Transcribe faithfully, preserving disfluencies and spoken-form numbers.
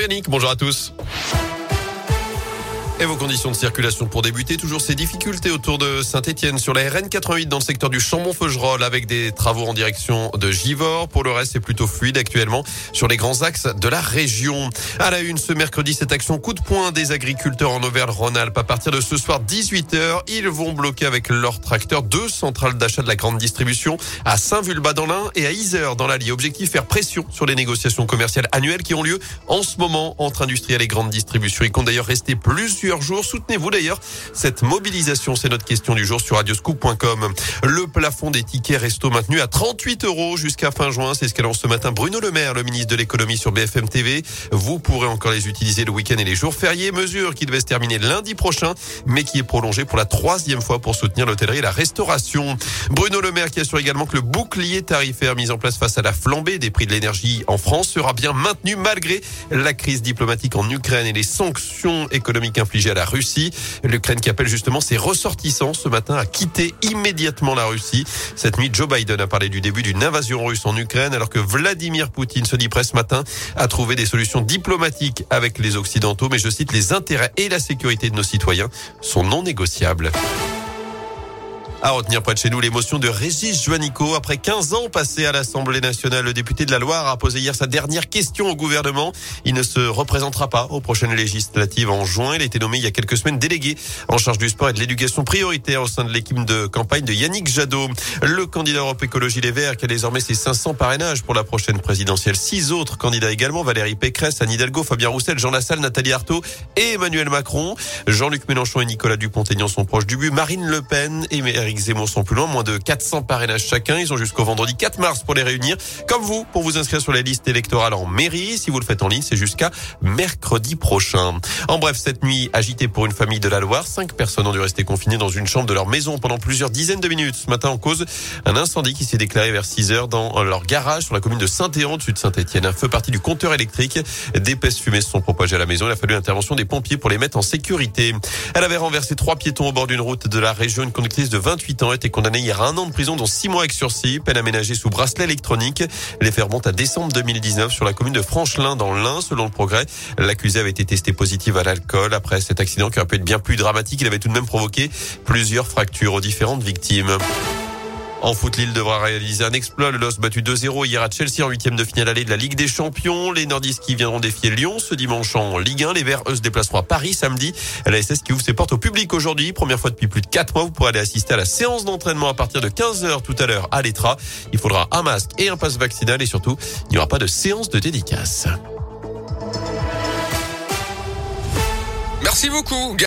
Yannick, bonjour à tous. Et vos conditions de circulation pour débuter, toujours ces difficultés autour de Saint-Etienne sur la R N quatre-vingt-huit dans le secteur du Chambon-Feugerolles avec des travaux en direction de Givors. Pour le reste, c'est plutôt fluide actuellement sur les grands axes de la région. À la une, ce mercredi, cette action coup de poing des agriculteurs en Auvergne-Rhône-Alpes. À partir de ce soir, dix-huit heures, ils vont bloquer avec leurs tracteurs deux centrales d'achat de la grande distribution à Saint-Vulbas dans l'Ain et à Yzeure dans l'Allier. Objectif, faire pression sur les négociations commerciales annuelles qui ont lieu en ce moment entre industriels et grandes distributions. Ils comptent d'ailleurs rester plusieurs jours. Soutenez-vous d'ailleurs cette mobilisation? C'est notre question du jour sur radioscoop point com. Le plafond des tickets resto maintenu à trente-huit euros jusqu'à fin juin. C'est ce qu'annonce ce matin Bruno Le Maire, le ministre de l'économie sur B F M T V. Vous pourrez encore les utiliser le week-end et les jours fériés. Mesure qui devait se terminer lundi prochain, mais qui est prolongée pour la troisième fois pour soutenir l'hôtellerie et la restauration. Bruno Le Maire qui assure également que le bouclier tarifaire mis en place face à la flambée des prix de l'énergie en France sera bien maintenu malgré la crise diplomatique en Ukraine et les sanctions économiques infligées à la Russie. L'Ukraine qui appelle justement ses ressortissants ce matin à quitter immédiatement la Russie. Cette nuit, Joe Biden a parlé du début d'une invasion russe en Ukraine alors que Vladimir Poutine se dit prêt ce matin à trouver des solutions diplomatiques avec les Occidentaux. Mais je cite, les intérêts et la sécurité de nos citoyens sont non négociables. À retenir près de chez nous l'émotion de Régis Juanico. Après quinze ans passés à l'Assemblée nationale, le député de la Loire a posé hier sa dernière question au gouvernement. Il ne se représentera pas aux prochaines législatives en juin. Il a été nommé il y a quelques semaines délégué en charge du sport et de l'éducation prioritaire au sein de l'équipe de campagne de Yannick Jadot. Le candidat Europe Écologie Les Verts qui a désormais ses cinq cents parrainages pour la prochaine présidentielle. Six autres candidats également, Valérie Pécresse, Anne Hidalgo, Fabien Roussel, Jean Lassalle, Nathalie Arthaud et Emmanuel Macron. Jean-Luc Mélenchon et Nicolas Dupont-Aignan sont proches du but. Marine Le Pen et Éric Zemmour sont plus loin, moins de quatre cents parrainages chacun. Ils ont jusqu'au vendredi quatre mars pour les réunir. Comme vous, pour vous inscrire sur les listes électorales en mairie. Si vous le faites en ligne, c'est jusqu'à mercredi prochain. En bref, cette nuit agitée pour une famille de la Loire. Cinq personnes ont dû rester confinées dans une chambre de leur maison pendant plusieurs dizaines de minutes. Ce matin, en cause, un incendie qui s'est déclaré vers six heures dans leur garage sur la commune de Saint-Héron, dessus de Saint-Etienne. Un feu parti du compteur électrique. D'épaisses fumées se sont propagées à la maison. Il a fallu l'intervention des pompiers pour les mettre en sécurité. Elle avait renversé trois piétons au bord d'une route de la région. Une conductrice de vingt-huit ans a été condamnée hier à un an de prison, dont six mois avec sursis, peine aménagée sous bracelet électronique. Les faits remontent à décembre deux mille dix-neuf sur la commune de Franchelin dans l'Ain. Selon le Progrès, l'accusé avait été testé positif à l'alcool. Après cet accident qui aurait pu être bien plus dramatique, il avait tout de même provoqué plusieurs fractures aux différentes victimes. En foot, Lille devra réaliser un exploit. Le L O S battu deux zéro hier à Chelsea en huitième de finale allée de la Ligue des Champions. Les Nordistes qui viendront défier Lyon ce dimanche en Ligue un. Les Verts, eux, se déplaceront à Paris samedi. La S S qui ouvre ses portes au public aujourd'hui. Première fois depuis plus de quatre mois. Vous pourrez aller assister à la séance d'entraînement à partir de quinze heures tout à l'heure à l'Etra. Il faudra un masque et un passe vaccinal et surtout, il n'y aura pas de séance de dédicace. Merci beaucoup.